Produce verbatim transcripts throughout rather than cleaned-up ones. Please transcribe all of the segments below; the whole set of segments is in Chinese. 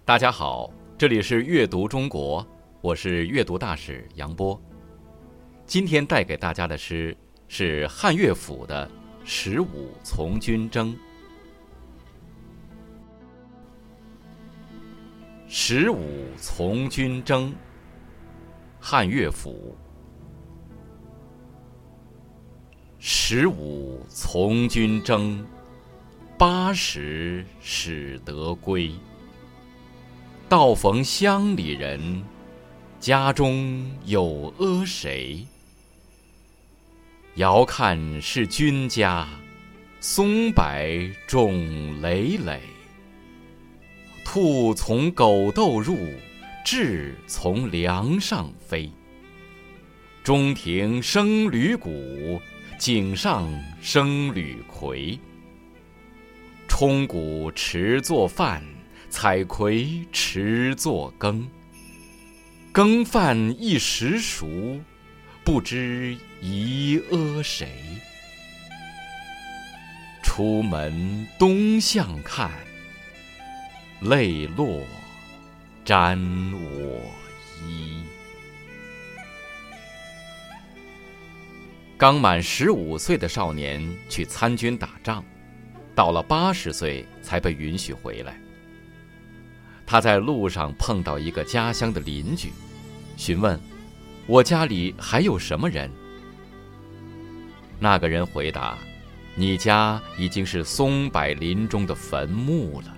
大家好，这里是阅读中国，我是阅读大使杨波。今天带给大家的诗是汉乐府的《十五从军征》。十五从军征，汉乐府。十五从军征，八十始得归。道逢乡里人，家中有阿谁？遥看是君家，松柏种累累。兔从狗窦入，雉从梁上飞。中庭生履鼓，井上生履葵。冲鼓持作饭，采葵持作羹。羹饭一时熟，不知宜阿谁？出门东向看，泪落沾我衣。刚满十五岁的少年去参军打仗，到了八十岁才被允许回来。他在路上碰到一个家乡的邻居，询问：“我家里还有什么人？”那个人回答：“你家已经是松柏林中的坟墓了。”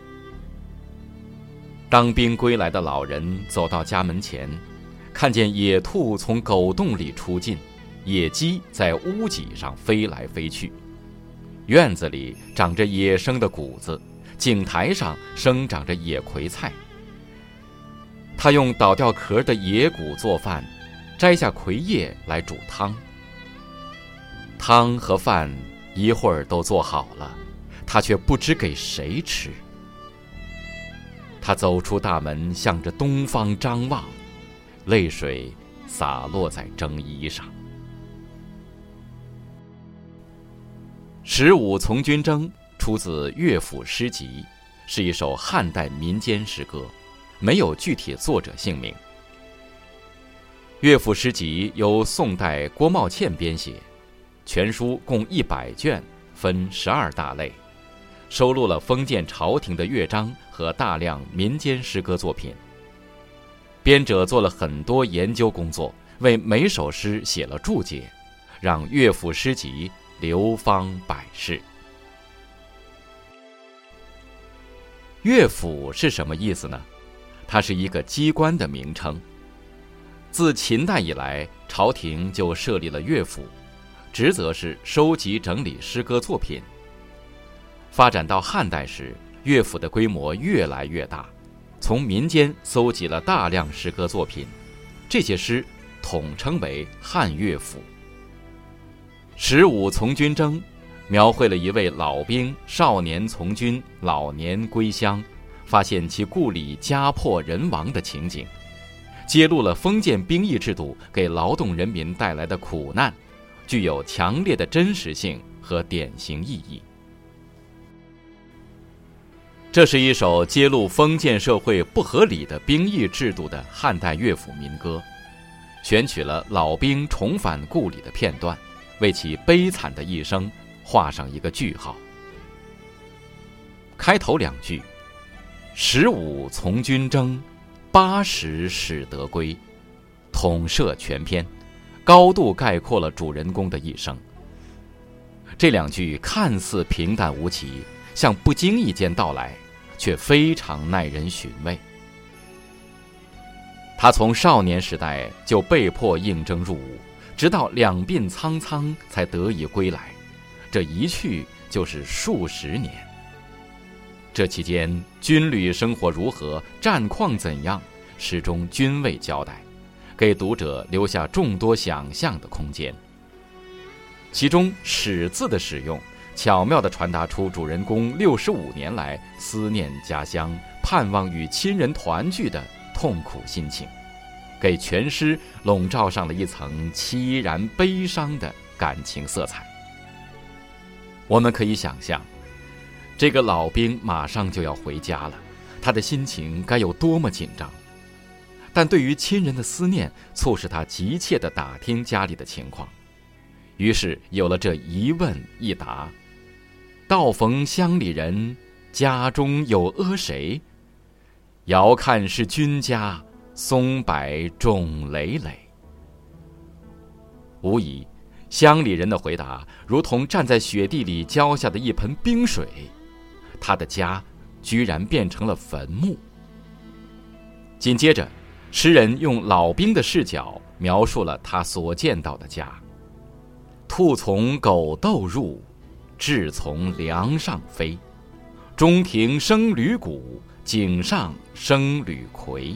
当兵归来的老人走到家门前，看见野兔从狗洞里出进，野鸡在屋脊上飞来飞去，院子里长着野生的谷子，井台上生长着野葵菜。他用倒掉壳的野谷做饭，摘下葵叶来煮汤。汤和饭一会儿都做好了，他却不知给谁吃。他走出大门，向着东方张望，泪水洒落在征衣上。十五从军征出自乐府诗集，是一首汉代民间诗歌，没有具体作者姓名。乐府诗集由宋代郭茂倩编写，全书共一百卷，分十二大类，收录了封建朝廷的乐章和大量民间诗歌作品。编者做了很多研究工作，为每首诗写了注解，让乐府诗集流芳百世。乐府是什么意思呢？它是一个机关的名称。自秦代以来，朝廷就设立了乐府，职责是收集整理诗歌作品。发展到汉代时，乐府的规模越来越大，从民间搜集了大量诗歌作品，这些诗统称为汉乐府。十五从军征描绘了一位老兵少年从军，老年归乡，发现其故里家破人亡的情景，揭露了封建兵役制度给劳动人民带来的苦难，具有强烈的真实性和典型意义。这是一首揭露封建社会不合理的兵役制度的汉代乐府民歌，选取了老兵重返故里的片段，为其悲惨的一生画上一个句号。开头两句：十五从军征，八十始得归，统摄全篇，高度概括了主人公的一生。这两句看似平淡无奇，像不经意间到来，却非常耐人寻味。他从少年时代就被迫应征入伍，直到两鬓苍苍才得以归来，这一去就是数十年。这期间军旅生活如何，战况怎样，诗中均未交代，给读者留下众多想象的空间。其中始字的使用，巧妙地传达出主人公六十五年来思念家乡，盼望与亲人团聚的痛苦心情，给全诗笼罩上了一层凄然悲伤的感情色彩。我们可以想象，这个老兵马上就要回家了， 他的心情该有多么紧张。但对于亲人的思念促使他急切地打听家里的情况，于是有了这一问一答：道逢乡里人，家中有阿谁？遥看是君家，松柏种累累。无疑，乡里人的回答如同站在雪地里浇下的一盆冰水，他的家居然变成了坟墓。紧接着，诗人用老兵的视角描述了他所见到的家：兔从狗窦入，雉从梁上飞，中庭生履谷，井上生履葵。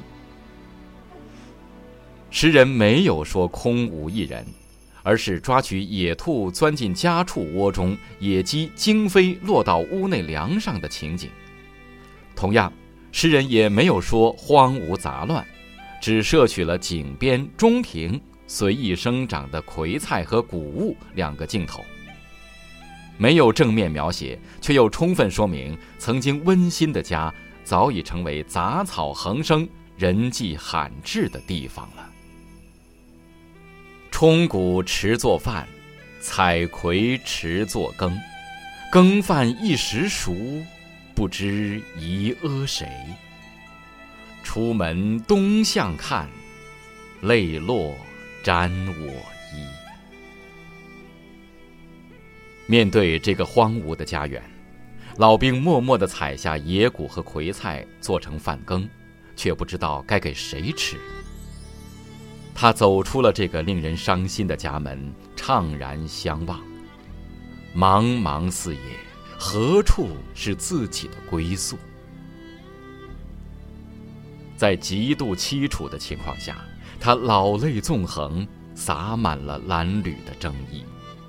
诗人没有说空无一人，而是抓取野兔钻进家畜窝中，野鸡惊飞落到屋内梁上的情景。同样，诗人也没有说荒芜杂乱，只摄取了井边、中庭随意生长的葵菜和谷物两个镜头，没有正面描写，却又充分说明曾经温馨的家早已成为杂草横生、人迹罕至的地方了。冲谷迟做饭，采葵迟做羹。羹饭一时熟，不知宜阿谁？出门东向看，泪落沾我衣。面对这个荒芜的家园，老兵默默地采下野谷和葵菜做成饭羹，却不知道该给谁吃。他走出了这个令人伤心的家门，怅然相望。茫茫四野，何处是自己的归宿？在极度凄楚的情况下，他老泪纵横，洒满了褴褛的征衣。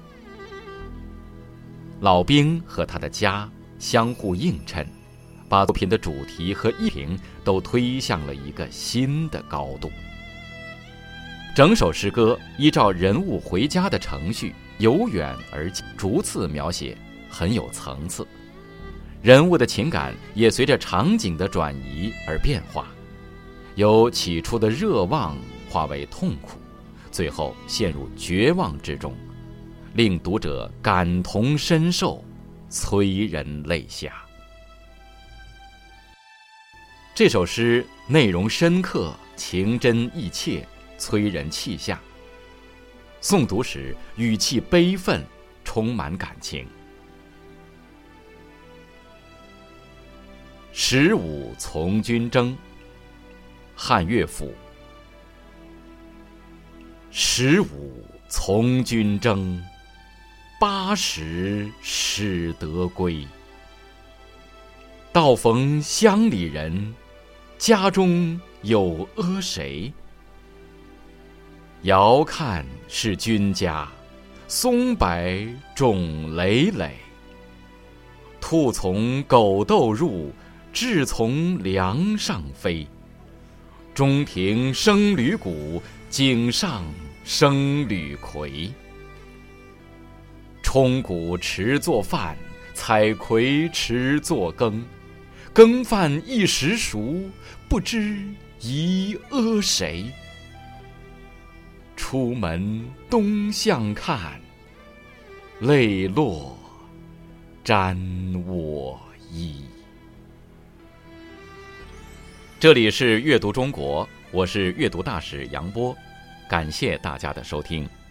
老兵和他的家相互映衬，把作品的主题和意境都推向了一个新的高度。整首诗歌依照人物回家的程序，由远而近，逐次描写，很有层次。人物的情感也随着场景的转移而变化，由起初的热望化为痛苦，最后陷入绝望之中，令读者感同身受，催人泪下。这首诗内容深刻，情真意切，催人泣下。诵读时语气悲愤，充满感情。十五从军征，汉乐府。十五从军征，八十始得归。道逢乡里人，家中有阿谁？遥看是君家，松柏种累累。兔从狗窦入，雉从梁上飞。中庭生履谷，井上生履葵。冲谷迟做饭，采葵迟做羹。羹饭一时熟，不知宜阿谁？出门东向看，泪落沾我衣。这里是阅读中国，我是阅读大使杨波，感谢大家的收听。